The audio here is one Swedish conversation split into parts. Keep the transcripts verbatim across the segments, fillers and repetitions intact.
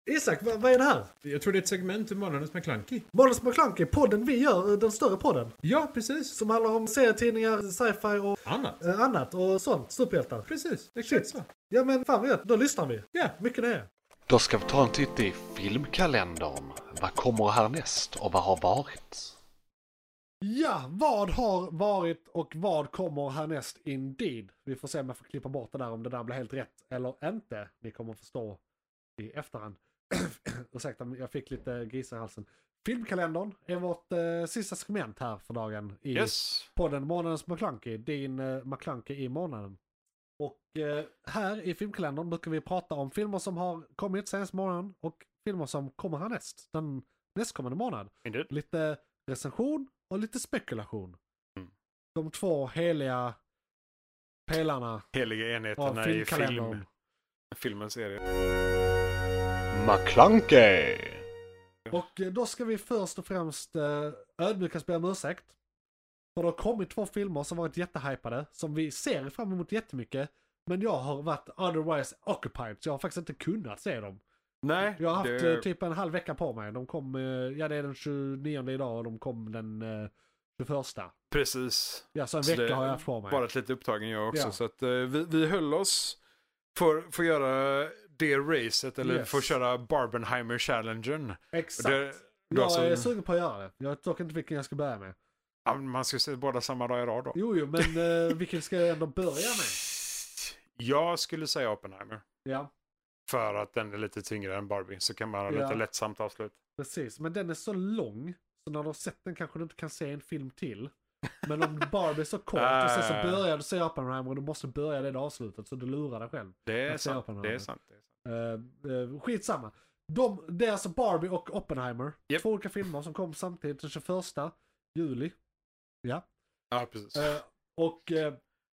Isak, vad, vad är det här? Jag tror det är ett segment ur Månadens McKlunky. Månadens McKlunky, podden vi gör, den större podden. Ja, precis. Som handlar om serietidningar, sci-fi och annat, eh, annat och sånt. Superhjältar. Precis, exakt så. Ja men fan vad gött, då lyssnar vi. Ja, mycket det är. Då ska vi ta en titt i filmkalendern. Vad kommer härnäst och vad har varit? Ja, vad har varit och vad kommer härnäst indeed? Vi får se om jag får klippa bort det där om det där blir helt rätt eller inte. Ni kommer förstå i efterhand. Ursäkta, jag fick lite grisar i halsen. Filmkalendern är vårt eh, sista segment här för dagen i Yes. podden Månadens McKlunky. Din eh, McKlunky i månaden. Och eh, här i filmkalendern brukar vi prata om filmer som har kommit senaste månaden och filmer som kommer härnäst. Den nästkommande månad. Indeed. Lite recension och lite spekulation. Mm. De två heliga pelarna Heliga av enheterna i filmkalendern. film. Filmens serie. McKlunky! Och eh, då ska vi först och främst eh, ödmjukast be om ursäkt. För det har kommit två filmer som varit jättehypade. Som vi ser fram emot jättemycket. Men jag har varit otherwise occupied. Så jag har faktiskt inte kunnat se dem. Nej, Jag har haft det... eh, typ en halv vecka på mig. De kom, eh, ja det är den tjugonionde idag och de kom den eh, tjugoförsta. Precis. Ja, så en Så vecka det- har jag haft på mig. Bara lite upptagen jag också. Ja. Så att eh, vi, vi höll oss för, för att göra det racet. Eller Yes. för att köra Barbenheimer-challengen. Exakt. Det, då jag alltså, är sugen på att göra det. Jag vet dock inte vilken jag ska börja med. ja, man ska se båda samma dag i rad då. Jo, jo, men eh, vilken ska jag ändå börja med? Jag skulle säga Oppenheimer. Ja, För att den är lite tyngre än Barbie. Så kan man ha Ja. lite lättsamt avslut. precis. Men den är så lång. Så när du har sett den kanske du inte kan se en film till. Men om Barbie är så kort och sen så börjar du se Oppenheimer och du måste börja det avslutet. Så du lurar dig själv. Det är Jag ser sant. Oppenheimer. Det är sant. Det är sant. Uh, uh, skitsamma. De, det är alltså Barbie och Oppenheimer. Yep. Två olika filmer som kom samtidigt den tjugoförsta juli. Ja. Ja, precis. Uh, och... Uh,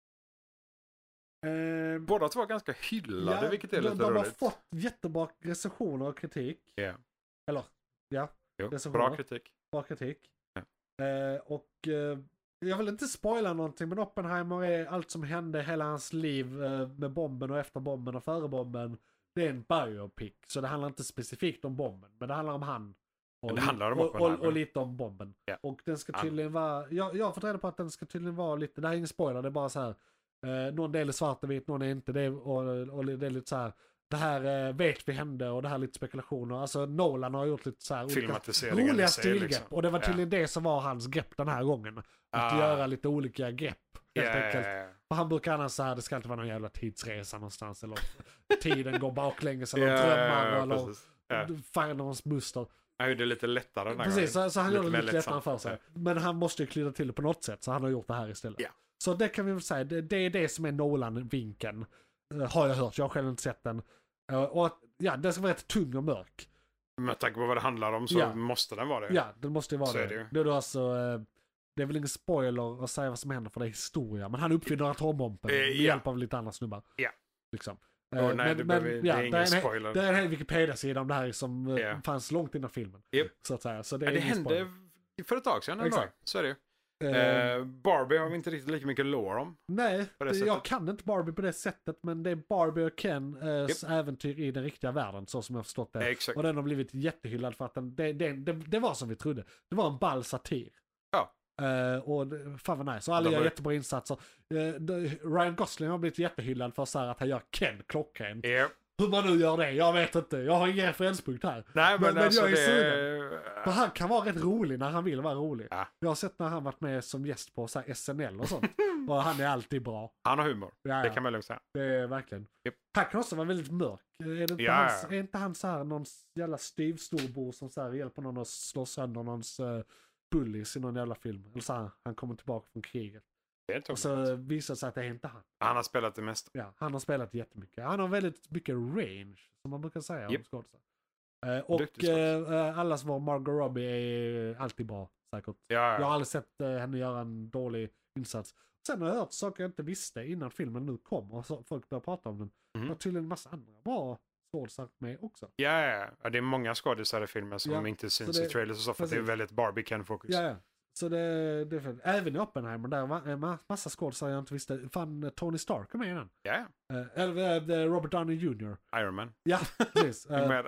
uh, Båda två var ganska hyllade, vilket är de, lite de har roligt. fått jättebra recensioner och kritik. Ja. Eller, ja, Jo, recensioner. bra kritik. Bra kritik. Ja. Eh, och eh, jag vill inte spoila någonting, men Oppenheimer är allt som hände hela hans liv eh, med bomben och efter bomben och före bomben. Det är en biopic, så det handlar inte specifikt om bomben, men det handlar om han. Och, Men det handlar om och, och, Oppenheimer. och lite om bomben. Ja. Och den ska Ja. tydligen vara, jag, jag har fått reda på att den ska tydligen vara lite, det här är ingen spoiler, det är bara så här. Eh, någon del är svart och vit, någon är inte det, och, och det är lite så här. Det här eh, vet vi hände och det här är lite spekulationer. Alltså Nolan har gjort lite så här olika Filmatiseringen roliga i sig, stilgrepp. liksom. Och det var Ja. tydligen det som var hans grepp den här gången. Att Ah. göra lite olika grepp. Helt Ja, ja, enkelt. ja, ja. För han brukar annars så här, det ska inte vara någon jävla tidsresa någonstans. Eller tiden går baklänges eller Ja, drömmar. ja, ja, eller precis. Ja. Finals muster. Han gjorde det lite lättare den här Precis, gången. så, så han gjorde det mer lite lättare lättsamt. för sig. Men han måste ju klydda till det på något sätt. Så han har gjort det här istället. Ja. Så det kan vi väl säga. Det, det är det som är Nolan-vinkeln. Uh, har jag hört. Jag har själv inte sett den. Uh, och att, ja, den ska vara rätt tung och mörk. Med tanke på vad det handlar om så Ja. måste den vara det. Ja, det måste ju vara Så det. är det ju. Det är då alltså, eh, det är väl ingen spoiler att säga vad som händer för det är historia. Men han uppfinner atombomben Eh, med ja. hjälp av lite andra snubbar. Ja. Liksom. Åh, Eh, nej, det behöver- det är ingen det en, spoiler. Det är en hel Wikipedia-sida om det här som eh, Ja. fanns långt innan filmen. Japp. Så att säga. Så det, Ja, är det ingen hände spoiler. för ett tag sedan. ändå. Exakt. Så är det ju. Eh, Eh, Barbie har vi inte riktigt lika mycket lore om. nej, på det det, jag sättet. kan inte Barbie på det sättet. Men det är Barbie och Ken eh, äventyr i den riktiga världen. Så som jag har förstått det. Eh, exakt. Och den har blivit jättehyllad för att den, det, det, det, det var som vi trodde. Det var en ball satir. Ja. Uh, och det- fan vad nice. Och alla De gör var- jättebra insatser. Uh, det- Ryan Gosling har blivit jättehyllad för så här att han gör Ken klockren. Ja. Hur man nu gör det, jag vet inte. Jag har ingen referenspunkt här. Nej, men, Men- men alltså jag är det... För han kan vara rätt rolig när han vill vara rolig. Ja. Jag har sett när han varit med som gäst på så här S N L och sånt. Och han är alltid bra. Han har humor. Ja, ja. Det kan man lugnt säga. Det är verkligen. Japp. Han kan också vara väldigt mörk. Är, det inte Ja, hans, ja. är inte han så här någon jävla styvstorbror som så här hjälper någon att slå sönder någons uh, bullies i någon jävla film? Eller så här, han kommer tillbaka från kriget. Det är inte Och så visar det sig att det är inte han. Han har spelat det mesta. Ja, han har spelat jättemycket. Han har väldigt mycket range, som man brukar säga om Japp. skådespelare. Eh, och Duktig skådis. eh, allas vår Margot Robbie är alltid bra, säkert. Ja, Jag har ja. aldrig sett eh, henne göra en dålig insats. Sen har jag hört saker jag inte visste innan filmen nu kom och så, folk börjar prata om den. Mhm. Det var tydligen en massa andra bra skådespelare med också. Ja, ja, ja. Det är många skådisar i filmen som Ja, inte syns det- i trailers och så, för att det är precis. väldigt Barbie-Ken-fokus. Ja, ja. Så det, det är för, även i Oppenheimer, där var en ma- massa skådespelare jag inte visste. Fan, eh, Tony Stark är med i den. Ja, Eh, eller eh, Robert Downey junior Iron Man. Ja, precis. Är Eh, med där.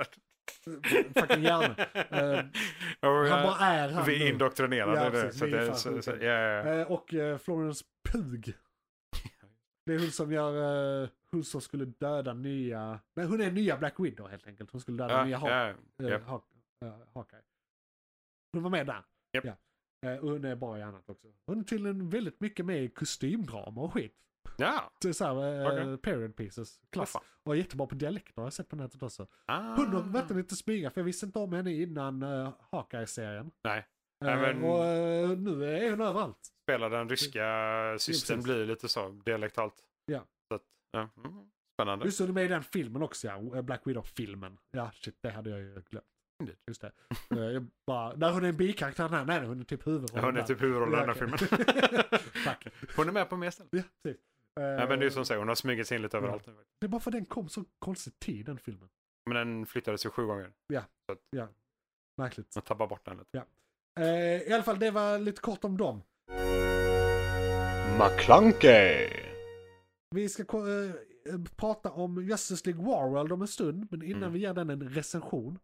fucking hjärna. Uh, han bara är han. Vi är indoktrinerade. Ja, det, precis, så vi är det, fan så, sjuka. så, ja, ja. Uh, och uh, Florence Pugh. Det är hon som gör, uh, hon som skulle döda nya, nej hon är nya Black Widow helt enkelt. Hon skulle döda Ja, nya Haw- ja, uh, japp. Haw- uh, Hawkeye. Hon var med där. Japp. Ja. Uh, och hon är bra i annat också. Hon är tydligen väldigt mycket med i kostymdrama och skit. Ja. Så så här, uh, Okej. period pieces. Klass. Åh, fan. Och jättebra på dialekter har jag sett på nätet också. Ah. Hon har verkligen inte smyga för jag visste inte om henne innan uh, Hawkeye-serien. Nej. Uh, Nej, men- Och uh, nu är hon överallt. Spelar den ryska systern precis. blir lite så dialektalt. Ja. Så att, ja. Mm. Spännande. Just det, du är med i den filmen också ja. Black Widow-filmen. Ja, shit, det hade jag ju glömt. Indeed. Just det. Uh, jag bara, där hon är en bikaraktär, nej, nej hon är typ huvudrollen. Hon är där. typ huvudrollen i den här Ja, filmen. okej. Fuck. Hon är med på mer ställen. Ja, precis. Uh, Nej, men det är som säger, hon har smugit sig in lite överallt nu. det är bara för den kom så konstig tid, den filmen. Men den flyttades ju sju gånger. Ja, märkligt. Man tappar bort den lite. Uh, I alla fall, det var lite kort om dem. McClunkey! Vi ska ko- eh, prata om Justice League Warworld om en stund, men innan Mm. vi ger den en recension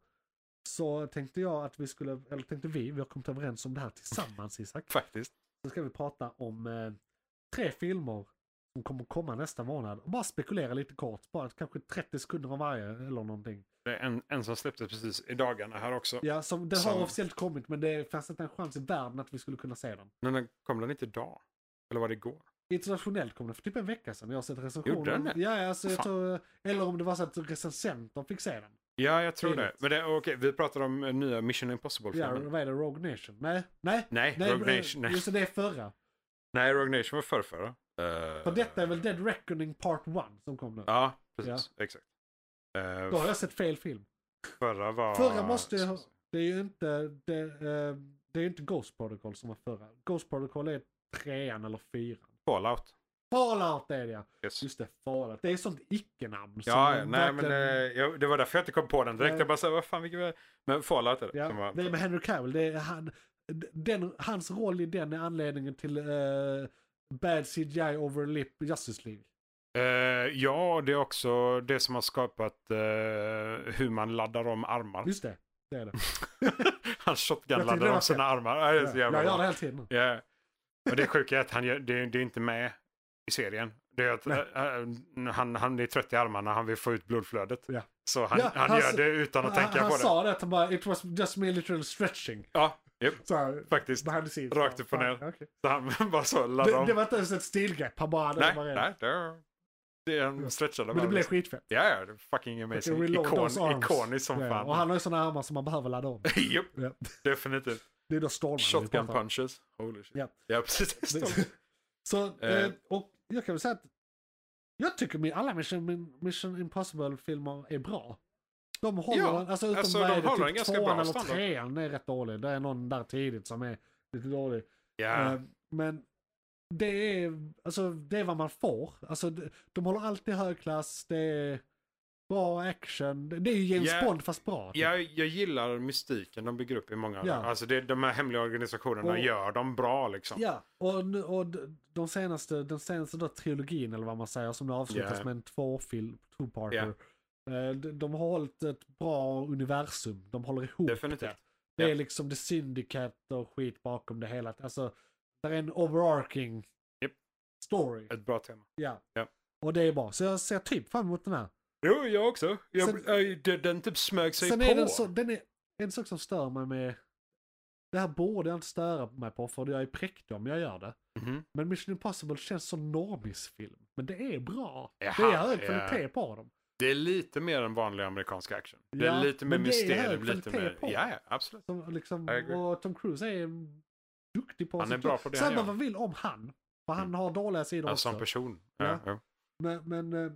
så tänkte jag att vi skulle, eller tänkte vi, vi har kommit överens om det här tillsammans Isak. Faktiskt. Så ska vi prata om eh, tre filmer som kommer komma nästa månad och bara spekulera lite kort, bara kanske trettio sekunder om varje eller någonting. Det är en, en som släpptes precis i dagarna här också. Ja, som, den Som- har officiellt kommit men det fanns inte en chans i världen att vi skulle kunna se den. Men den kom den inte idag? Eller var det igår? Internationellt kom den för typ en vecka sedan. Jag har sett recensioner. Gjorde den det? Ja, alltså, jag Fan. tror, eller om det var så att recensenter fick se den. Ja, jag tror Tidigt. det. Men det, okej, vi pratar om eh, nya Mission Ja, Impossible-filmen. vad är det? Rogue Nation? Nej, nej. Nej, nej Rogue eh, Nation. Nej. Just det, det är förra. nej, Rogue Nation var förrförra. Uh, För detta är väl Dead Reckoning Part ett som kom nu. Ja, precis. Exakt. Uh, Då har jag sett fel film. förra var... Förra måste jag ha... Det är ju inte... Det, eh, det är inte Ghost Protocol som var förra. Ghost Protocol är trean eller fyran. Fallout. Fallout är det ja. Yes. Just det, Fallout. Det är sånt icke-namn. som Ja, ja, nej men verkligen- eh, jag, det var därför jag inte kom på den direkt. Nej. Jag bara sa, vad fan vilket var... Men Fallout är det. Ja, som var... det är med Henry Cavill. Det är han, den, hans roll i den är anledningen till uh, Bad C G I over lip Justice League. Eh, ja, det är också det som har skapat eh, hur man laddar om armar. Just det, det är det. Han shotgun Jag tyckte det laddar var om sina armar. Ja, det är så Ja, jävla jag gör det bra. hela tiden. Ja. Och det sjuka är att han gör, det, det är inte med i serien. Det är att Nej. äh, han, han är trött i armarna, han vill få ut blodflödet. Ja. Så han, Ja, han han gör s- det utan att tänka han på det. sa det att han bara, it was just me literal stretching. Ja, yep, Så här, faktiskt. behind the scenes. Rakt upp och Fan, ner. okej. Så han bara så laddar Det, om. det var inte ens ett stilgrepp, han bara... nej, det var nej, det är, det är en Ja. stretchade Men det bara. blev skitfett. Ja, ja, det är fucking Fucking amazing. reload Ikon, those arms. ikoniskt som Ja, fan. och han har ju sådana armar som man behöver ladda om. Japp, Ja. definitivt. Det är då Stålman vi Shotgun pratar om. punches. Holy shit. Ja. Ja, precis. Så, Eh. eh, och jag kan väl säga att jag tycker min, alla Mission, Mission Impossible-filmer är bra. De håller, Ja, alltså utom alltså, vad de är det, håller en typ ganska tvåan bra eller standard. trean är rätt dålig. Det är någon där tidigt som är lite dålig. Ja. Eh, men det är, alltså, det är vad man får. Alltså, de, de håller alltid hög klass, det är bra action. Det, det är ju James Ja. Bond fast bra. typ. Jag, jag gillar mystiken de bygger upp i många av Ja. dem. Alltså det, de här hemliga organisationerna Och- gör dem bra liksom. Ja, och, nu- och d- de senaste, den senaste då, trilogin eller vad man säger som nu avslutas Ja. med en tvåfilm, two-parter. Ja. Eh, de, de har hållit ett bra universum, de håller ihop Definitivt. det. Det Ja. är liksom The Syndicate och skit bakom det hela. Alltså, det är en overarching Japp. story. Ett bra tema. Ja. Ja. Och det är bra, så jag ser typ fram emot den här. Jo, jag också. Jag, Sen- äh, den, den typ smög sig Sen på. är den så, den är en sak som stör mig med, det här borde jag inte störa mig på för jag är präktig om jag gör det. Mhm. Men Mission Impossible känns som normisfilm. Men det är bra. Jaha, det är hög ja. kvalitet på dem. Det är lite mer än vanlig amerikansk action. Det Ja, är lite mer men det är mysterium. hög Lite kvalitet mer... på. Ja, ja, absolut. Som, liksom, I agree. och Tom Cruise är duktig på Han är sitt bra jobb. på det Säg han vad gör. man vill om han. För han Mm. har dåliga sidor Ja, också. som person. Ja. Ja. Ja. Men, men eh,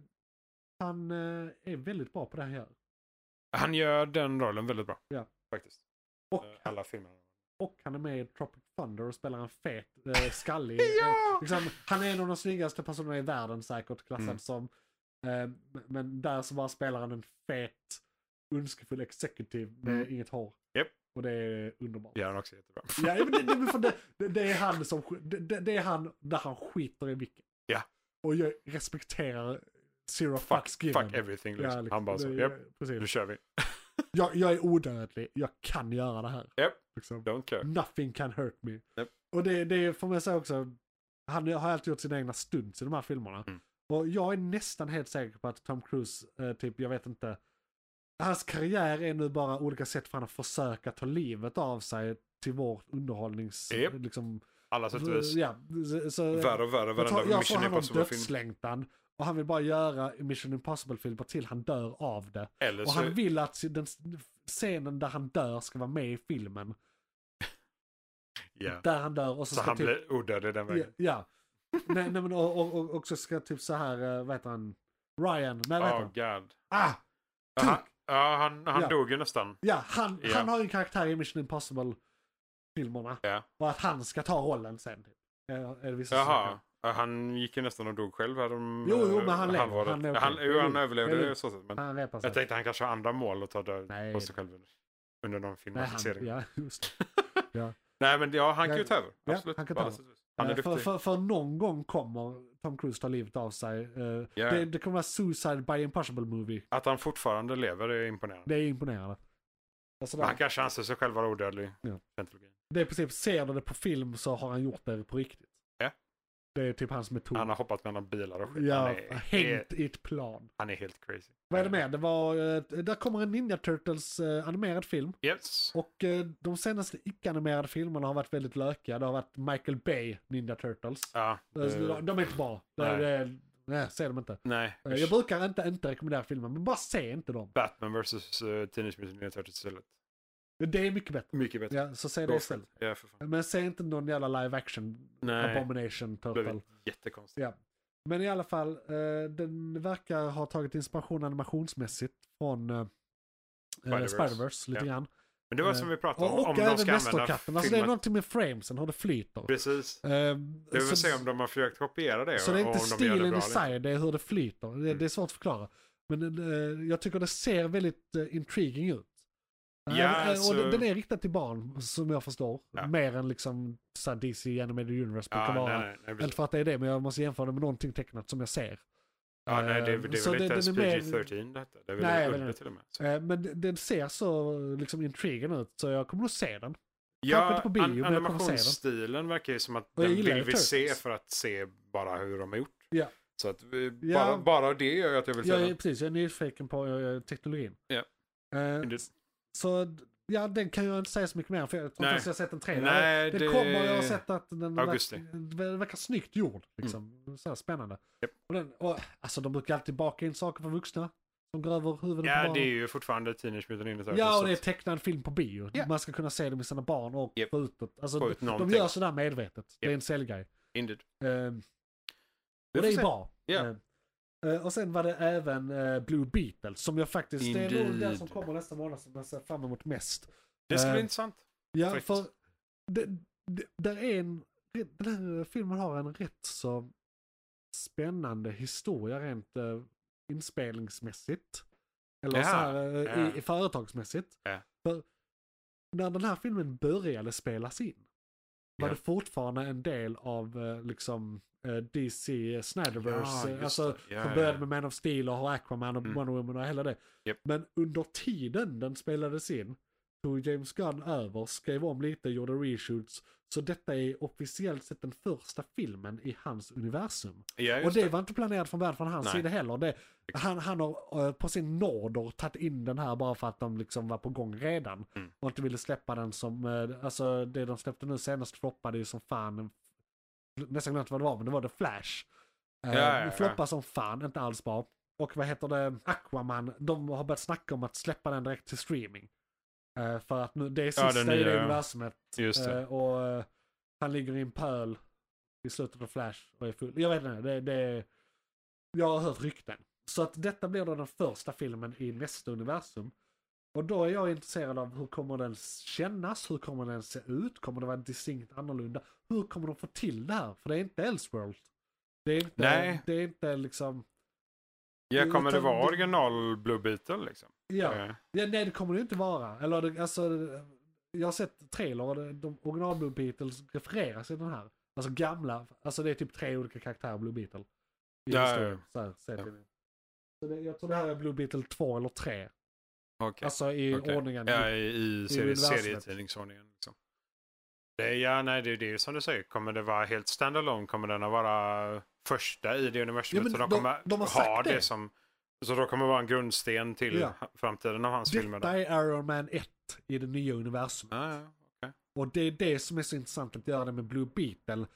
han eh, är väldigt bra på det han gör. Han gör den rollen väldigt bra. Ja. Faktiskt. Och, Eh, Alla filmer. och han är med i Tropic Thunder och spelar en fet, eh, skallig. Ja! eh, liksom, han är en av de snyggaste personerna i världen säkert klassad Mm. som. Eh, men där så bara spelar han en fet, ondskefull executive med Mm. inget hår. Japp. Och det är underbart. Gör han också jättebra. Ja, men det, det, för det, det, det är han som sk- det, det- det är han där han skiter i vilket. Ja. Och jag respekterar zero Fuck, fucks given. fuck everything liksom. Ja, liksom, Han bara så, det- japp, precis. nu kör vi. jag, jag är odödlig, jag kan göra det här. Yep. Liksom. Don't care. Nothing can hurt me. Yep. Och det, det får man säga också, han har alltid gjort sina egna stunts i de här filmerna. Mm. Och jag är nästan helt säker på att Tom Cruise, eh, typ, jag vet inte, hans karriär är nu bara olika sätt för han att försöka ta livet av sig till vår underhållnings... Yep. Liksom, Alla sätt och vis. ja, så, så, Värre och värre. jag Varenda tror, jag Mission får han har Impossible-film. dödslängtan. Och han vill bara göra Mission Impossible-filmer till han dör av det. Eller Och så... han vill att den scenen där han dör ska vara med i filmen. Yeah. Där han dör och så, Så ska han typ... blir odödlig den Ja. vägen. ja. nej, nej, men och, och, och också ska typ så här, uh, vad heter han? Ryan, nej vad heter Oh han? god. Ah! Ja, han, ja, han, han Ja. dog ju nästan. Ja, han, Ja. han har ju en karaktär i Mission Impossible-filmerna. Ja. Och att han ska ta rollen sen. Typ. Är, är det vissa som Jaha. kan. Ja, han gick ju nästan och dog själv här om Jo, jo, eh, men han lever. halvåret. Han är Ja, okej. han, jo, han Det är överlevde lugnt. det så sätt. Men Han repar sig. jag tänkte han kanske har andra mål att ta död Nej. på sig själv under någon Nej, han, filmatisering. ja, just det. Ja. Nej, men ja, han kan ju Ja, ta över. ja, Absolut. han kan På ta alla över. sätt och vis. Han är Eh, duktig. för, för, för någon gång kommer Tom Cruise ta livet av sig. Eh, Ja. det, det kommer vara Suicide by Impossible Movie. Att han fortfarande lever är imponerande. Det är imponerande. Alltså Men där, han kanske anser sig själv vara odödlig. Ja. Scientologin. det är i princip, ser du det på film så har han gjort det på riktigt. Ja. Det är typ hans metod. Han har hoppat mellan bilar och skit. Ja, han, är, hängt helt, i ett plan. han är helt crazy. Vad är det mer? Det var, eh, där kommer en Ninja Turtles eh, animerad film. Yes. Och eh, de senaste icke-animerade filmerna har varit väldigt lökiga. Det har varit Michael Bay Ninja Turtles. Ja, Alltså, eh, de, de är inte bra. Det, nej. det, nej, ser dem inte. nej. Eh, Jag brukar inte, inte rekommendera filmer, men bara se inte dem. Batman versus uh, Teenage Mutant Ninja Turtles istället. Det är mycket bättre. Mycket bättre. Ja, så se det Go for istället. it. Ja, för fan. Men se inte någon jävla live action Nej. abomination Det blev turtle. jättekonstigt. Ja. Men i alla fall, eh, den verkar ha tagit inspiration animationsmässigt från eh, Spider-Verse. Spider-Verse lite Ja. grann. Men det var som vi pratade om. Och, och om de även ska använda Mästerkatten. Alltså det är filmen. någonting med framesen, hur det flyter. Precis. Eh, Jag vill så, se om de har försökt kopiera det. så det är och inte om de gör det stilen bra i eller inte. sig, det är hur det flyter. Det, Mm. det är svårt att förklara. Men eh, jag tycker det ser väldigt eh, intriguing ut. Ja, Eh, alltså- Och den, den är riktad till barn, som jag förstår. Ja. Mer än liksom så här D C Animated Universe brukar Ja, vara. nej, nej, nej, Inte precis. för att det är det, men jag måste jämföra det med någonting tecknat som jag ser. Ja, nej, det, är- det är Så väl det- inte ens den P är G mer- tretton detta. Det är väl Nej, jag vet under inte. till och med. Så. Eh, Men den- den ser så liksom intrigen ut, så jag kommer nog se den. Ja, inte på bio, an- men jag kommer se den. animationsstilen verkar ju som att Och jag den gillar vill ju vi Turtles. se för att se bara hur de har gjort. Ja. Så att vi, Ja. bara, bara det gör ju att jag vill se Jag är, den. precis, jag är nyfiken på eh, teknologin. Ja. Eh, Indeed. så ja, den kan jag inte säga så mycket mer, för jag tror inte Nej. ens jag har sett en trailer. Nej, det, det- kommer, jag har sett att den Augusti. verkar, den verkar snyggt gjord. Liksom. Så här spännande. Japp. Och den, och, alltså de brukar alltid baka in saker för vuxna. Som går över huvudet på Ja, barn. det är ju fortfarande Teenage Mutant Ninja Turtles. Ja, och så det är att- tecknad film på bio. Ja. Man ska kunna se det med sina barn och Japp. få ut det. Alltså, Få ut de, de någonting. gör sådär medvetet. Det är Japp. en säljgrej. Indeed. Ehm, Vi och får det är se. bra. Ja. Ehm, eh, och sen var det även eh, Blue Beetle som jag faktiskt, det är nog den Indeed. som kommer nästa månad som jag ser fram emot mest. Det ska bli Eh, intressant. Ja, Fräckt. för det, det, där är en, den här filmen har en rätt så spännande historia rent uh, inspelningsmässigt. Eller Ja, så här, eh, ja. i, i företagsmässigt. Ja. För när den här filmen började spelas in var Ja. det fortfarande en del av uh, liksom uh, D C Snyderverse. Ja, uh, just alltså, det. Ja, som ja. började med Man of Steel och har Aquaman och Mm. Wonder Woman och hela det. Japp. Men under tiden den spelades in tog James Gunn över, skrev om lite, gjorde reshoots. Så detta är officiellt sett den första filmen i hans universum. Ja, Och just det var inte planerat från början från hans Nej. sida heller. Det, han, han har uh, på sin nåder tagit in den här bara för att de liksom var på gång redan. Mm. Och inte ville släppa den som, uh, alltså det de släppte nu senast floppade ju som fan. Nästan glömt vad det var, men det var The Flash. Uh, Ja, ja, ja. Floppa som fan, inte alls bra. Och vad heter det, Aquaman, de har börjat snacka om att släppa den direkt till streaming. Uh, för att nu, det är Ja, sista den i det nya- universumet. Just det. Uh, och uh, han ligger i en pöl i slutet av Flash och är full. Jag vet inte, det, det, jag har hört rykten. Så att detta blir då den första filmen i nästa universum. Och då är jag intresserad av hur kommer den kännas, hur kommer den se ut, kommer det vara distinkt annorlunda, hur kommer de få till det här? För det är inte Elseworld. Det är inte, Nej. det är inte liksom... Ja, kommer det Utan vara det- original Blue Beetle liksom? Ja. Eh, Ja, nej, det kommer det inte vara. Eller det, alltså, jag har sett trailer och det- de original Blue Beatles refereras i den här. Alltså gamla, alltså det är typ tre olika karaktärer Blue Beetle. I Ja, historien. ja, Så här, ser Ja. till det. Så det, jag tror det här är Blue Beetle två eller tre. Okej. Alltså i Okej. ordningen. Ja, i, i serie, universumet. serietidningsordningen. Liksom. Det är, ja, nej, det är det som du säger. Kommer det vara helt standalone? Kommer den att vara första i det universumet? Ja, men så de de- kommer de har ha sagt det. det. som... Så då kommer det vara en grundsten till Ja. ha- framtiden av hans filmer. Detta Där. är Iron Man ett i det nya universumet. Ja, ja, okej. Och det är det som är så intressant att göra det med Blue Beetle. Mm.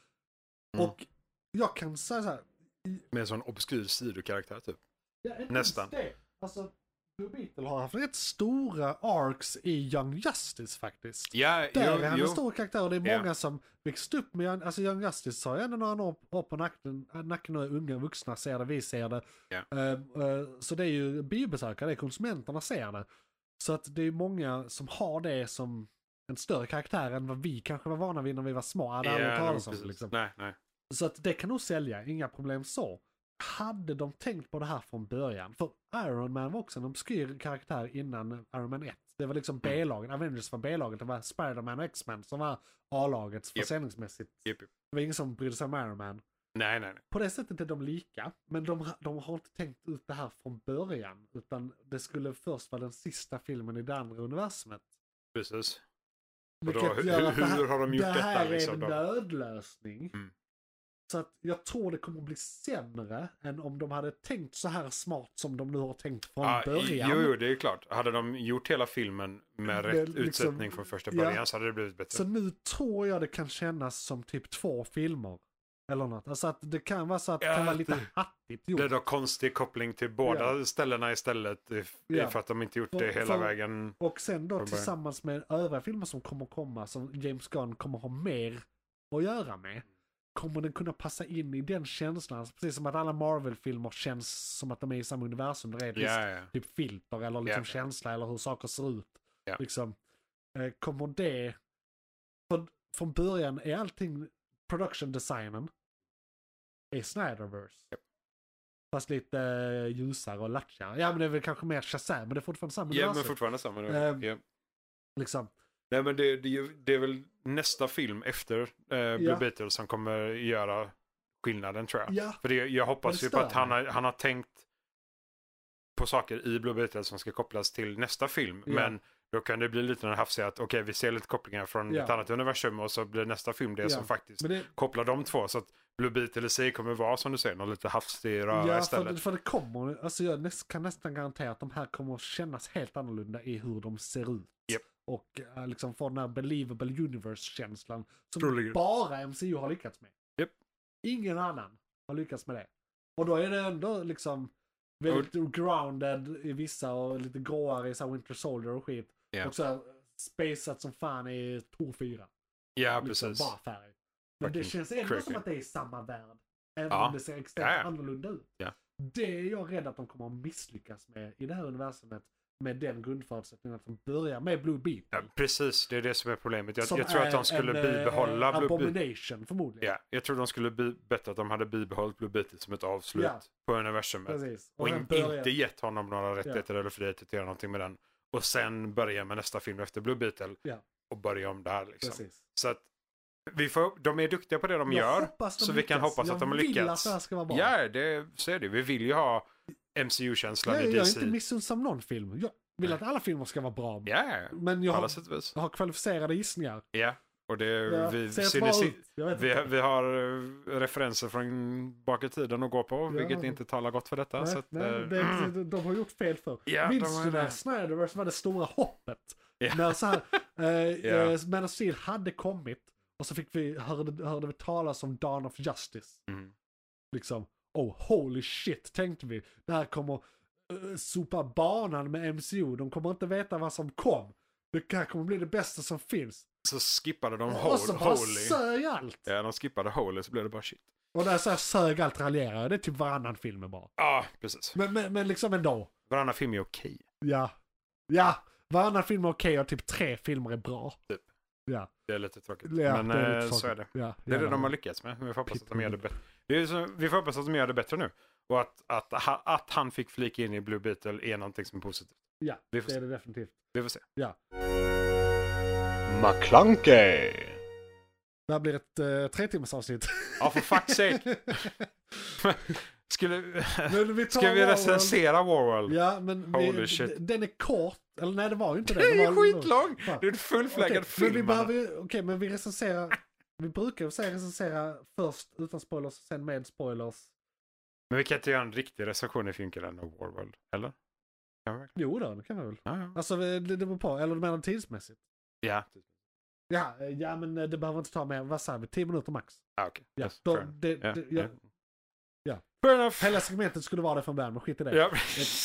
Och jag kan säga så här. Med en sån obskyr sidokaraktär typ. Ja, inte Nästan. ens det. Alltså, Blue Beetle har haft rätt stora arcs i Young Justice faktiskt. Ja, Där jo, är han jo. en stor karaktär och det är Ja. många som växte upp med Young, alltså Young Justice har ju ändå några år, år på nacken, nacken och unga vuxna ser det, vi ser det. Ja. Uh, uh, så det är ju biobesökare, det är konsumenterna ser det. Så att det är många som har det som en större karaktär än vad vi kanske var vana vid när vi var små. Hade aldrig hört Ja, talas om precis. det, liksom. Nej, nej. Så att det kan nog sälja, inga problem så. Hade de tänkt på det här från början? För Iron Man var också en obskyr karaktär innan Iron Man ett. Det var liksom B-laget, Avengers var B-laget, det var Spider-Man och X-Men som var A-laget Yep. försäljningsmässigt. Yep, yep. Det var ingen som brydde sig om Iron Man. Nej, nej, nej. På det sättet är de lika, men de, de har inte tänkt ut det här från början. Utan det skulle först vara den sista filmen i det andra universumet. Precis. Och då, Vilket hur, gör att det här, hur har de gjort det här detta? Liksom, är en då? nödlösning. Mm. Så att jag tror det kommer att bli sämre än om de hade tänkt så här smart som de nu har tänkt från Ja, början. jo, jo, det är klart. Hade de gjort hela filmen med Det rätt liksom- utsättning från första ja. början så hade det blivit bättre. Så nu tror jag det kan kännas som typ två filmer. Eller något. Alltså att det kan vara så att det Ja, kan vara lite det- hattigt Det gjort. är då konstig koppling till båda Ja. ställena istället. if- Ja. För att de inte gjort För- det hela för- vägen. Och sen då Från början. tillsammans med övriga filmer som kommer komma, som James Gunn kommer ha mer att göra med, kommer den kunna passa in i den känslan. Precis som att alla Marvel-filmer känns som att de är i samma universum. Det är ett visst Ja, ja. typ filter eller liksom Ja. känsla eller hur saker ser ut. Ja. Liksom, eh, kommer det... För, från början är allting production-designen är Snyderverse. Yep. Fast lite eh, ljusare och latchigare. Ja men det är väl kanske mer Shazam, men det är fortfarande samma Ja, men universum. fortfarande samma. Ehm, ja. Liksom. Nej, men det, det, är ju- det är väl nästa film efter eh, Blue Ja. Beetle som kommer göra skillnaden, tror jag. Ja, För det, jag hoppas Men ju på att stör han mig. har, han har tänkt på saker i Blue Beetle som ska kopplas till nästa film. Ja. Men då kan det bli lite hafsigt att okej, vi ser lite kopplingar från Ja. ett annat universum och så blir nästa film det Ja. som faktiskt men det, kopplar de två. Så att Blue Beetle i sig kommer vara, som du säger, någon lite hafsig röra ja för, istället. det- för det kommer, alltså jag näst, kan nästan garantera att de här kommer att kännas helt annorlunda i hur de ser ut. Japp. Och äh, liksom få den här believable universe-känslan som Troligen. bara M C U har lyckats med. Japp. Ingen annan har lyckats med det. Och då är det ändå liksom väldigt grounded i vissa och lite gråare i så här Winter Soldier och skit. Ja. Och så här spaceat som fan i Tor fyra. Ja, Liksom, precis. bara färg. Men det Fucking känns ändå crazy. som att det är samma värld. Även Ja. om det ser extremt Ja, ja. annorlunda ut. Ja. Det är jag rädd att de kommer att misslyckas med i det här universumet. Med den grundförutsättningen att de börjar med Blue Beetle. Ja, precis, det är det som är problemet. Jag, som jag tror att är de skulle en, eh, bibehålla Blue Beetle. Abomination förmodligen. Ja, jag tror de skulle bi- bättre att de hade bibehållit Blue Beetle som ett avslut Ja. på universumet. Precis. Och sen in, börjar- inte gett honom några rättigheter eller frihet att göra någonting med den. Och sen börja med nästa film efter Blue Beetle. Ja. Och börja om där liksom. Precis. Så att vi får, de är duktiga på det de Jag gör. hoppas de Så vi kan lyckas. hoppas att de har Jag vill lyckats. att det här ska vara bra. Ja, det, så är det. Vi vill ju ha M C U-känslan jag, i jag D är C. inte missunnsam någon film. Jag vill att alla filmer ska vara bra. Ja, Men på jag alla har, sätt och vis. jag har kvalificerade gissningar. Ja, och det, Ja, vi, ser ser bra ni, ut. Jag vet vi, inte. vi har eh, referenser från bak i tiden att gå på, vilket inte talar gott för detta. Nej, så att, nej, eh, det, de, de har gjort fel för. Ja, Minns de har du när det. Snyderverse var det stora hoppet? Ja. När så här, eh, Ja. eh, Man of Steel hade kommit och så fick vi, hörde, hörde vi talas om Dawn of Justice. Mm. Liksom, oh holy shit tänkte vi. Det här kommer uh, sopa banan med M C U. De kommer inte veta vad som kom. Det här kommer bli det bästa som finns. Så skippade de Och så Hol- bara Holy. sög allt. Ja, de skippade Holy så blev det bara shit. Och där så här sög allt raljerar. Det är typ varannan film är bra. Ja, precis. Men, men, men liksom ändå. Varannan film är okej. Ja. Ja. Varannan film är okej och typ tre filmer är bra. Typ. Ja. Det är lite tråkigt. Ja, Men det är lite eh, så är tråkigt. det. Ja, Det är det jävlar. de har lyckats med. Vi får hoppas att de gör det Pitt- bättre. Det är så, vi får hoppas att de gör det bättre nu. Och att, att, att, att han fick flika in i Blue Beetle är någonting som är positivt. Ja, Vi får det se. är det definitivt. Vi får se. Ja. McClunkey. Det här blir ett uh, tre timmars avsnitt. Ja, för fuck's sake. Skulle, Men vi tar ska vi Warworld. recensera Warworld? Ja, men Holy vi, shit. d- den är kort. Eller nej, det var ju inte det. Det är det var, skitlång! Fan. Det är en fullflaggad Okej, film. Men vi man. behöver ju, okej, men vi recenserar, vi brukar ju säga recensera först utan spoilers, sen med spoilers. Men vi kan inte göra en riktig recension i filmkalendern av Warworld, eller? Kan vi verkligen? Jo då, det kan vi väl. Ja, ja. Alltså det, det beror på, eller du menar tidsmässigt? Ja, Ja, ja, men det behöver inte ta mer, vad säger vi, tio minuter max. ah, okej. Ja, Yes, då, fair. det, Ja, det, ja. ja, ja. Fair enough. Hela segmentet skulle vara det från början, men skit i det. Ja.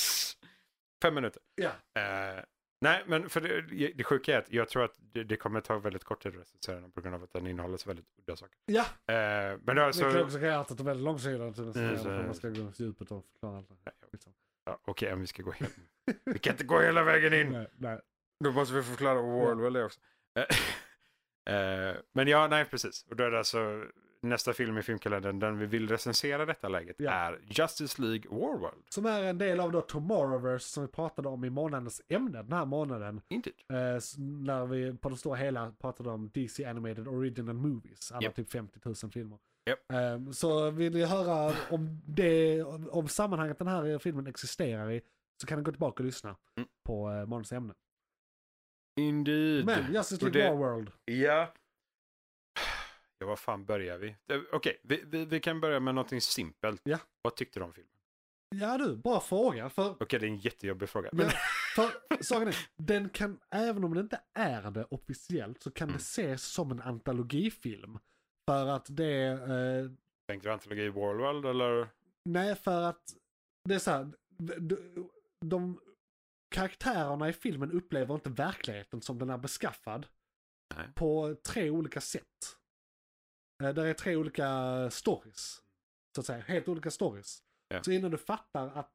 Fem minuter. Ja. Eh, nej, men för det, det sjuka är att jag tror att det, det kommer ta väldigt kort tid att recensera den på grund av att den innehåller så väldigt udda saker. Ja, Eh, men det är alltså... det kan också säga att det är väldigt långsida till Mm, nästa så- för man ska gå på djupet och förklara allt. Nej, jag Liksom. Ja, okej, om vi ska gå hem. Vi kan inte gå hela vägen in. Nej, nej. Då måste vi förklara vad Warworld är också. Eh, men ja, nej precis. Och då är det alltså nästa film i filmkalendern, den vi vill recensera detta läget, Ja. är Justice League Warworld. Som är en del av då Tomorrowverse som vi pratade om i månadens ämne den här månaden. Indeed. Eh, s- när vi på det stora hela pratade om D C Animated Original Movies. Alla Yep. typ femtio tusen filmer. Yep. Eh, så vill ni höra om det, om, om sammanhanget den här filmen existerar i, så kan ni gå tillbaka och lyssna Mm. på eh, månadens ämne. Indeed. Men Justice Och League det- Warworld. Ja. Ja, vad fan börjar vi? Eh, Okej, vi, vi, vi kan börja med någonting simpelt. Ja. Vad tyckte du om filmen? Ja du, bra fråga. För Okej, det är en jättejobbig fråga. Men, Ja, för saken är, den kan, även om den inte är det officiellt, så kan Mm. det ses som en antologifilm. För att det är, eh, tänkte du antologi Warworld eller? nej för att det är så här, de, de karaktärerna i filmen upplever inte verkligheten som den är beskaffad. Nej. På tre olika sätt. Eh, där är tre olika stories. Så att säga, helt olika stories. Ja. Så innan du fattar att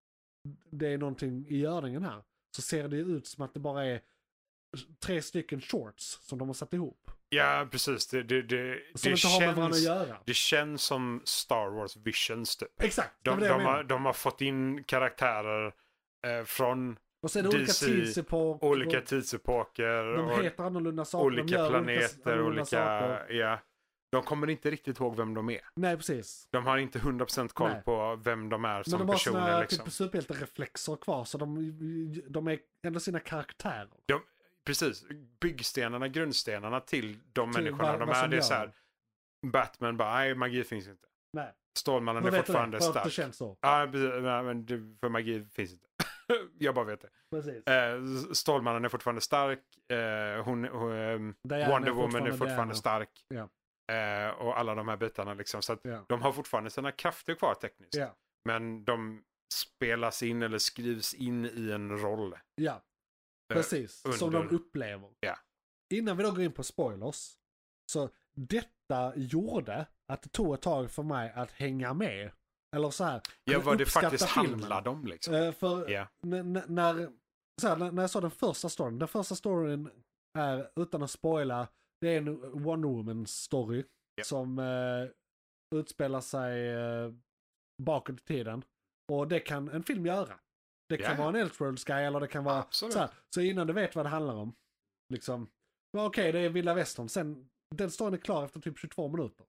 det är någonting i görningen här, så ser det ut som att det bara är tre stycken shorts som de har satt ihop. Ja, precis. Det, det, det, Som det, inte har med varandra att känns, göra. det känns som Star Wars Visions typ. Exakt, det De, var det de, jag har, menade. de har fått in karaktärer eh, från Och så är det olika D C, tidsepoker. olika och tidsepoker. de och heter annorlunda saker. de olika gör planeter, annorlunda olika... saker. Ja. De kommer inte riktigt ihåg vem de är. Nej, precis. De har inte hundra procent koll Nej. på vem de är Men som de har personer. sina Liksom. typ superhjältereflexer kvar, så de, de är ändå sina karaktärer. De, precis. Byggstenarna, grundstenarna till de Till människorna vad- de vad är. som Det är gör så här, dem. Batman bara, nej magi finns inte. Nej. Stålmannen Hur är vet du fortfarande det? För att det stark. känns så. Ja, precis. Nej, men det, för magi finns inte. Jag bara vet det. Precis. Eh, Stålmannen är fortfarande stark. Eh, hon, hon, ehm, Diana Wonder Woman är fortfarande fortfarande Diana. stark. Ja. Eh, och alla de här bitarna liksom. Så att Ja. de har fortfarande sina krafter kvar tekniskt. Ja. Men de spelas in eller skrivs in i en roll. Ja, Eh, precis. Som under- de upplever. Ja. Innan vi då går in på spoilers. Så detta gjorde att det tog ett tag för mig att hänga med. Eller så här. Ja, vad det uppskatta faktiskt filmen. handlade om liksom. Eh, för Ja. n- n- när, så här, när när jag sa den första storyn. Den första storyn är, utan att spoila, det är en Wonder Woman story. Ja. Som eh, utspelar sig eh, bakåt i tiden. Och det kan en film göra. Det kan Ja. vara en Elseworlds guy eller det kan vara Absolut. så här. Så innan du vet vad det handlar om. Liksom, ja, okej, det är vilda västern. Sen, den storyn är klar efter typ tjugotvå minuter.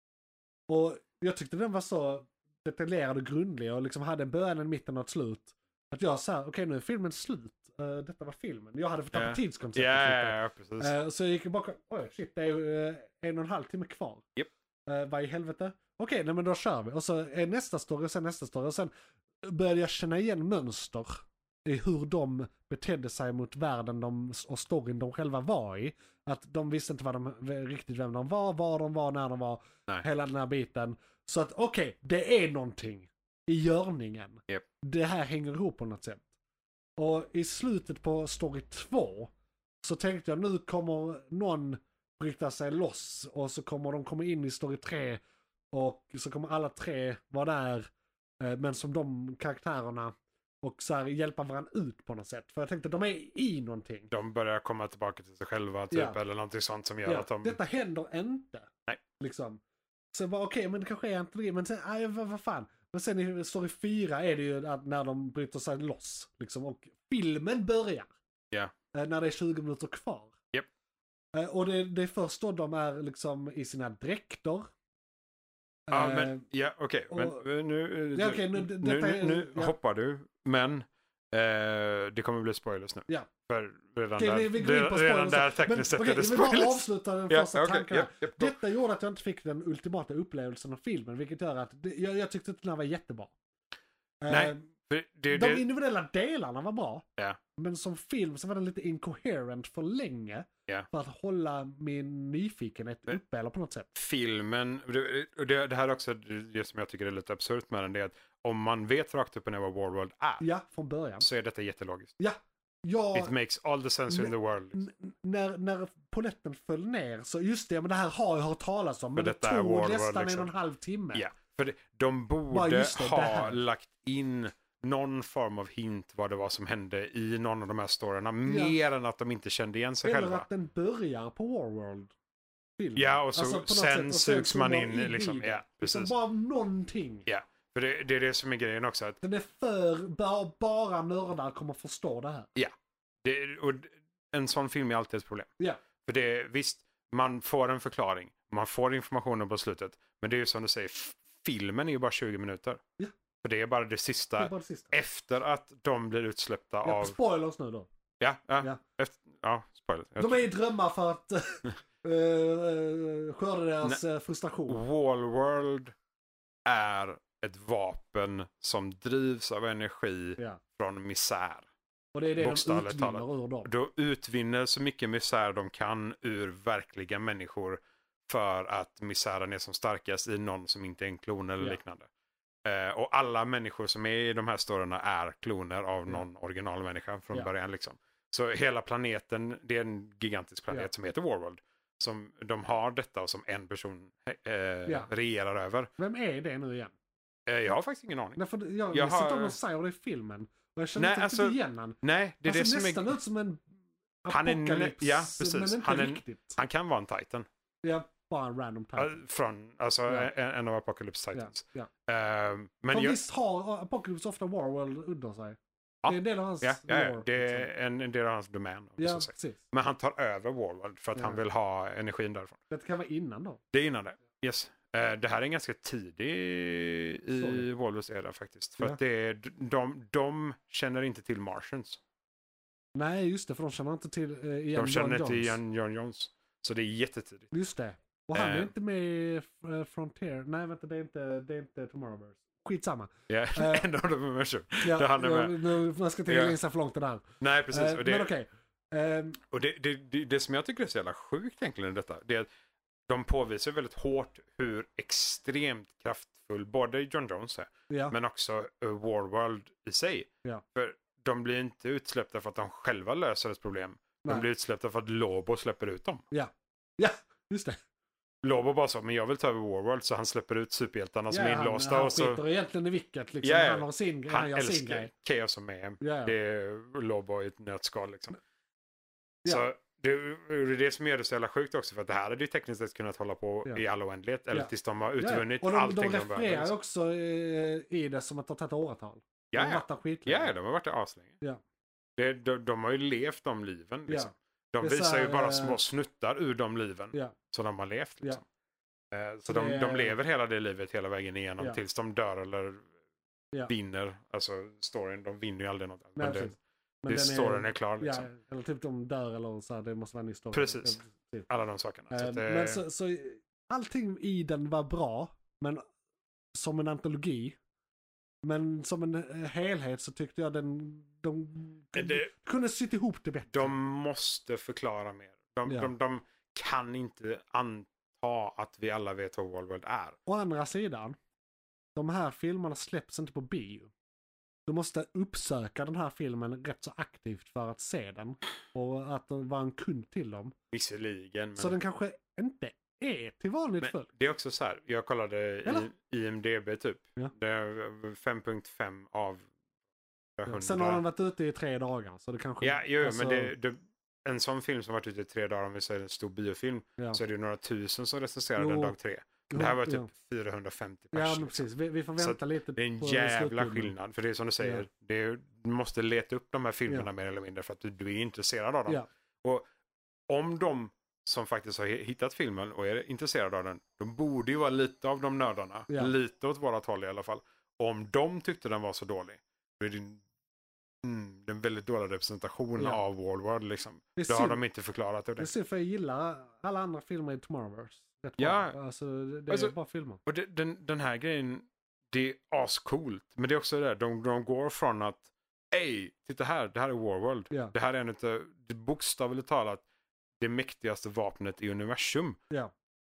Och jag tyckte den var så detaljerad och grundlig och liksom hade en början, en mitten och ett slut. Att jag sa, okej okay, nu är filmen slut. Uh, detta var filmen. Jag hade fått tappa Ja. tidskonceptet Ja, lite. ja, ja, precis. Eh, så jag gick bak och, oj shit, det är ju eh, en och en halv timme kvar. Japp. Uh, vad i helvete? Okej, okay, men då kör vi. Och så är nästa story och sen nästa story. Och sen började jag känna igen mönster i hur de betedde sig mot världen de, och storyn de själva var i. Att de visste inte vad de, riktigt vem de var, var de var, när de var. Nej. Hela den här biten. Så att okej, okay, det är någonting i görningen. Japp. Det här hänger ihop på något sätt. Och i slutet på story två så tänkte jag nu kommer någon bryta sig loss och så kommer de komma in i story tre och så kommer alla tre vara där eh, men som de karaktärerna och så här hjälpa varandra ut på något sätt. För jag tänkte de är i någonting. De börjar komma tillbaka till sig själva typ, Ja. eller någonting sånt som gör Ja, att de... detta händer inte. Nej. Liksom. Så jag bara okej, okay, men det kanske är inte det. Men sen, aj, vad, vad fan. Men sen i story fyra är det ju att när de bryter sig loss. Liksom, och filmen börjar. Ja. Eh, när det är tjugo minuter kvar. Japp. Eh, och det, det är först då de är liksom i sina dräkter. Ja, Eh, men, ja okej. och- Men eh, nu, Ja, okej, nu- nu, detta nu, är- nu ja. hoppar du. Men Eh, det kommer bli spoilers nu. Ja. För redan Okej, där, vi, vi går in på redan spoilers. där tekniskt sett Men, är okej, det vi vill bara spoilers. avsluta den Ja, första okej, tanken. japp, japp, då. Detta gjorde att jag inte fick den ultimata upplevelsen av filmen, vilket gör att det, jag, jag tyckte att den här var jättebra. Nej, Eh, för det, de det, individuella delarna var bra, Ja. men som film så var den lite incoherent för länge Ja. för att hålla min nyfikenhet Men- uppe eller på något sätt. filmen, och det, och det, det här är också det som jag tycker är lite absurt med den, det är att om man vet rakt upp och ner vad Warworld är, Ja, från början. så är detta jättelogiskt. Ja, jag, It makes all the sense in the world. n- när, när polletten föll ner så just det, men det här har jag hört talas om. Men För det detta är tog Warworld, nästan liksom. en och en halv timme. Ja, för det, de Bara borde just det, det ha här. lagt in någon form av hint vad det var som hände i någon av de här storyna, mer än att de inte kände igen sig Eller själva. att den börjar på Warworld. Filmen. Ja, och så Alltså, på något sen sätt, och sugs man kommer in liksom. det. Ja, Liksom precis. bara någonting. Ja, för det, det är det som är grejen också. Att Den är för, bara, bara nördar kommer förstå det här. det, och en sån film är alltid ett problem. Ja. För det är, visst, man får en förklaring, man får informationen på slutet, men det är ju som du säger, f- filmen är ju bara tjugo minuter. Ja. För det är bara det Det sista, är bara det sista. efter att de blir utsläppta Ja, av... spoilers nu då. Ja, ja, Ja. Efter, ja spoiler. Jag De är i drömmar för att uh, skörda deras uh, frustration. Wallworld är ett vapen som drivs av energi Ja. från misär. Och det är det de Bokstavligt utvinner talat. ur dem. Då utvinner så mycket misär de kan ur verkliga människor för att misären är som starkast i någon som inte är en klon eller Ja. liknande. Eh, och alla människor som är i de här storyna är kloner av Ja. någon originalmänniska från Ja. början liksom. Så hela planeten, det är en gigantisk planet Ja. som heter Warworld. Som de har detta och som en person eh, Ja. regerar över. Vem är det nu igen? Eh, jag har faktiskt ingen aning. Nej, för jag Jag jag visste inte har- om de säger det i filmen. Och jag känner Nej, inte alltså, riktigt igen han. Nej, det är Han det ser som nästan är... ut som en Han är en- apokalyps, ja, precis. men inte Han är- riktigt. Han kan vara en titan. Ja, bara en random type. Eh, Från, alltså Ja. en, en av Apocalypse Ja, Titans. ja. Eh, men För jag, visst har Apocalypse ofta Warworld under sig? Ja. Det är en del av hans ja, ja, ja, lore, det liksom. är en, en del av hans domän. om Ja, så att säga. precis. Men han tar över Warworld för att Ja. han vill ha energin därifrån. Det kan vara innan då. Det är innan det. Yes. Eh, det här är en ganska tidig i Sorry. Warlords era faktiskt. För Ja. att det är, de, de känner inte till Martians. Nej, just det, för de känner inte till uh, Ian De känner John inte Jones. Ian John Jones. Så det är jättetidigt. Just det. Och han är Eh. inte med i uh, Frontier. Nej, vänta, det är inte, det är inte Tomorrowverse. Skitsamma. Ja, Eh. en av dem är med sig. Ja, Där han är ja, med. nu, man ska inte Ja. läsa för långt det där. Nej, precis. Eh, och det, Men okej. Ehm, Och det, det, det, det som jag tycker är så jävla sjukt egentligen i detta, det är att de påvisar väldigt hårt hur extremt kraftfull både John Jones är, ja. men också uh, Warworld i sig. Ja. För de blir inte utsläppta för att de själva löser ett problem. Nej. De blir utsläppta för att Lobo släpper ut dem. Ja, just det. Lobo bara så, men jag vill ta över Warworld, så han släpper ut superhjältarna som är han, inlåsta. han och så, skiter egentligen i vilket. Liksom. Ja, ja. Han har sin, han han gör sin älskar grej. Chaos och Mayhem. Ja, ja. Det är Lobo i ett nötskal liksom. Ja. Så det är det som gör det så jävla sjukt också, för att det här hade ju tekniskt sett kunnat hålla på Ja. i all oändlighet, eller Ja. tills de har Ja, utvunnit och de, allting de de behöver. refererar liksom. också eh, i det som att det har tagit åratal. De Ja, har ja. varit där skitlänge. Ja, de har varit där aslänge. Ja. Det, de, de har ju levt de liven. Liksom. De Det är så visar ju här, bara eh, små snuttar ur de liven Ja. som de har levt. Ja. Liksom. Eh, Så Det de, är- de lever hela det livet hela vägen igenom Ja. tills de dör eller Ja. vinner. Alltså storyn, de vinner ju aldrig något. Nej, Men det, precis. det den storyn är klar liksom. Ja, eller typ de dör eller så här, det måste vara en ny story. Precis. Ja, typ. Alla de sakerna. Så Eh, att, eh, Men så, så allting i den var bra, men som en antologi. Men som en eh, helhet så tyckte jag den, de, de det, kunde sitta ihop det bättre. de måste förklara mer. De, Ja. de, de kan inte anta att vi alla vet vad Warworld är. Å andra sidan, de här filmerna släpps inte på bio. Du måste uppsöka den här filmen rätt så aktivt för att se den. Och att vara en kund till dem. Visserligen. Men... Så den kanske inte är till vanligt Men full. det är också så här, jag kollade Eller? i I M D B typ. Ja. Det är fem komma fem av hundra. Sen har den varit ute i tre dagar. Så det kanske... Ja, jo, alltså- men det, det, en sån film som varit ute i tre dagar, om vi säger en stor biofilm, Ja. så är det ju några tusen som recenserar Jo. den dag tre. Jo, Det här var typ ja. fyrahundrafemtio Ja, pers. men liksom. precis. Vi, vi får Så vänta lite Det är en på jävla slutbilden. skillnad. För det är som du säger, Ja. det är, du måste leta upp de här filmerna Ja. mer eller mindre för att du, du är intresserad av dem. Ja. Och om de som faktiskt har hittat filmen och är intresserade av den, de borde ju vara lite av de nördarna. Ja. Lite åt vårat håll i alla fall. Om de tyckte den var så dålig, då är det, mm, det är en väldigt dålig representation Ja. av Wahlworld liksom. Det är Det har synd. de inte förklarat. Och Det är det. synd för jag gillar alla andra filmer i Tomorrowverse. Rätt Ja. bra. Alltså, det, det Alltså- är bra filmer. Och det, den, den här grejen, det är ascoolt. Men det är också det där, de, de går från att ej, titta här, det här är Warworld. Ja. Det här är en utav, det bokstavligt talat, det mäktigaste vapnet i universum. Ja.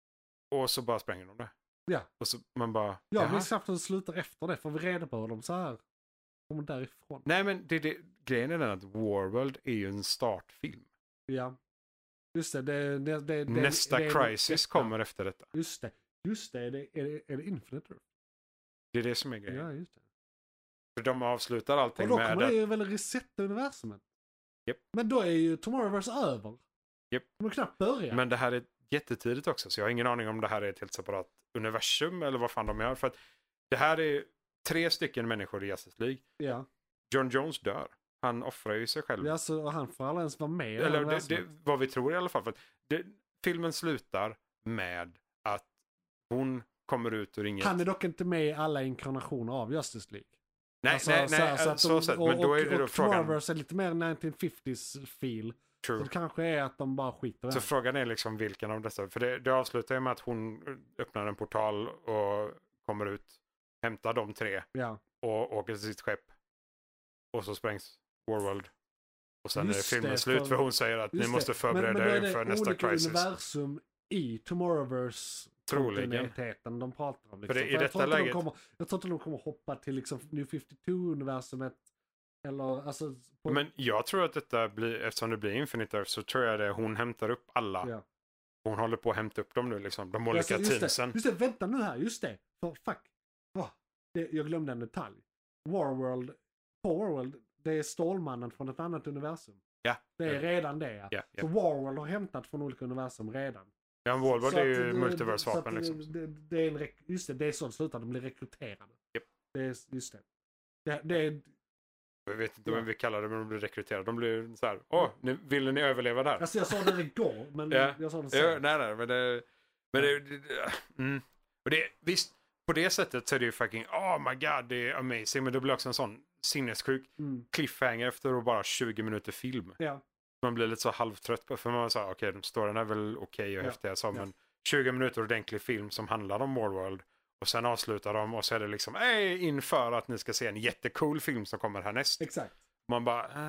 Och så bara spränger de det. Ja. Och så man bara, Ja, jaha. men knappt hur det slutar efter det. Får vi reda på hur de så här kommer därifrån. Nej men det, det, grejen är den att Warworld är ju en startfilm. Ja. Just det. det, det, det det- Nästa det är- Crisis det- kommer efter detta. Just det. Just det. Är det, är det, är det Infinite Earth? Det är det som är grejen. Ja, just det. För de avslutar allting Och då med kommer det att, ju väl resetta universumet. Japp. Men då är ju Tomorrowverse över. Japp. De har knappt börjat. men det här är jättetidigt också. Så jag har ingen aning om det här är ett helt separat universum eller vad fan de gör. För att det här är tre stycken människor i Justice League. Ja. John Jones dör. Han offrar ju sig själv. Ja, så, och han får aldrig ens vara med i det här Eller det, universumet. det, vad vi tror i alla fall. För att det, filmen slutar med att hon kommer ut ur inget. Han är dock inte med i alla inkarnationer av Justice League. nej, Alltså, nej, så nej, här, så att så, de- sett. och- Men då är och- det då och frågan. Tomorrowverse är lite mer nineteen fifties feel. Så True. det kanske är att de bara skiter i Så det. frågan är liksom vilken av dessa. För det, det avslutar ju med att hon öppnar en portal och kommer ut. Hämtar de tre. Ja. Och åker till sitt skepp. Och så sprängs Warworld. Och sen Just är filmen det, slut för- för hon säger att ni Just måste det. förbereda men, men då är er det för nästa olika crisis. universum i Tomorrowverse Troligen. kontinuiteten de pratar om. Liksom. För det- i jag, detta tror inte de läget- kommer, jag tror inte de kommer hoppa till liksom New femtiotvå-universumet. Eller alltså... På, Men jag tror att detta blir, eftersom det blir Infinite Earth så tror jag det hon hämtar upp alla. ja. Hon håller på att hämta upp dem nu liksom. De olika Alltså, just, det, teamsen. just det, vänta nu här, just det. För fuck. Åh, det, jag glömde en detalj. Warworld, på Warworld, det är Stålmannen från ett annat universum. Ja. Det är redan det. Ja, ja. Så Warworld har hämtat från olika universum redan. Ja, Warworld Så är att ju det- multiversvapen så att liksom. Det, det, det är en rek- just det, det är så det slutar. De blir rekryterade. Japp. Det är, just det. Det, det är, Jag vet inte Ja. vad vi kallar det, men de blir rekryterade. De blir så här, åh, nu, vill ni överleva där? alltså jag sa det igår, men Ja. jag sa det Ja, sen. nej, nej, men det... Men det, det, det mm. Och det, visst, på det sättet så är det ju fucking, oh my god, det är amazing. Men det blir också en sån sinnessjuk Mm. cliffhanger efter bara tjugo minuter film. Ja. Man blir lite så halvtrött på, för man sa, okej, okay, storyn är väl okej och Ja. häftiga, så, Ja. men tjugo minuter ordentlig film som handlar om Warworld. Och sen avslutar de och så är det liksom, ej, inför att ni ska se en jättecool film som kommer härnäst. Exakt. Man bara, äh.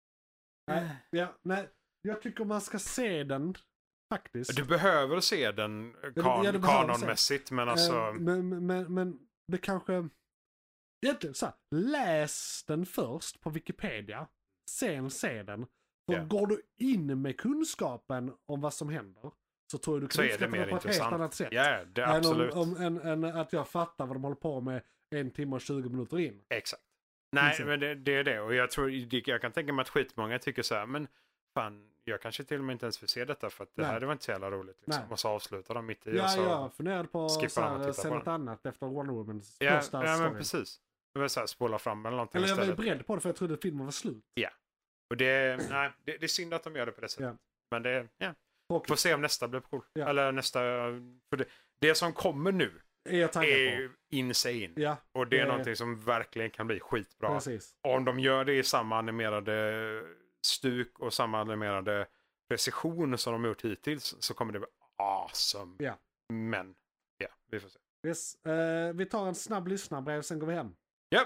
Nej, ja, nej, jag tycker man ska se den faktiskt. Du behöver se den Ja, kan, du behöver kanonmässigt, men alltså... Eh, men, men, men det kanske... Egentligen så här, läs den först på Wikipedia. Sen se den. För Ja. går du in med kunskapen om vad som händer så tror jag du så kan är det uppskatta mer på ett helt intressant. annat sätt. Ja, det är än, absolut. om, om, än, än att jag fattar vad de håller på med en timme och tjugo minuter in. Exakt. Nej, Liksom. men det, det är det. Och jag tror, jag kan tänka mig att skitmånga tycker så här, men fan, jag kanske till och med inte ens vill se detta för att det Nej. här det var inte så jävla roligt. Liksom. Nej. Och så avslutar de mitt i. Ja, och så, jag funderade på skippar så de och här, tittar se på något den. annat efter Wonder Womans ja, första ja, men story. precis. Det var så här, spola fram eller någonting Eller jag var ju istället. beredd på det för jag trodde filmen var slut. Och det, nej, det, det är synd att de gör det på det sättet. Ja. Men det, ja. Och Får se om nästa blir cool. Ja. Eller nästa, för det, det som kommer nu är jag taggad är på. ju insane. Ja, Och det är det- någonting som verkligen kan bli skitbra. precis. Om de gör det i samma animerade stuk och samma animerade precision som de har gjort hittills så kommer det bli awesome. Ja. Men, ja, vi får se. Yes. Eh, vi tar en snabb lyssnarbrev, sen går vi hem. Ja.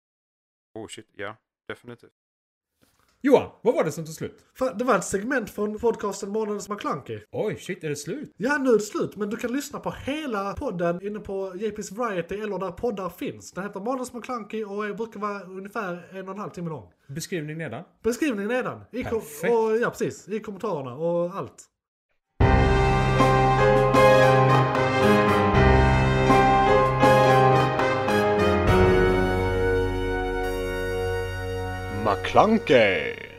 Oh shit, ja, definitivt. Johan, vad var det som tog slut? För det var ett segment från podcasten Månadens McKlunky. Oj, shit, är det slut? Ja, nu är det slut, men du kan lyssna på hela podden inne på J P's Variety eller där poddar finns. Den heter Månadens McKlunky och brukar vara ungefär en och en halv timme lång. Beskrivning nedan. Beskrivningen nedan. I kom- Perfekt. och, ja, precis. I kommentarerna och allt. McClunkey!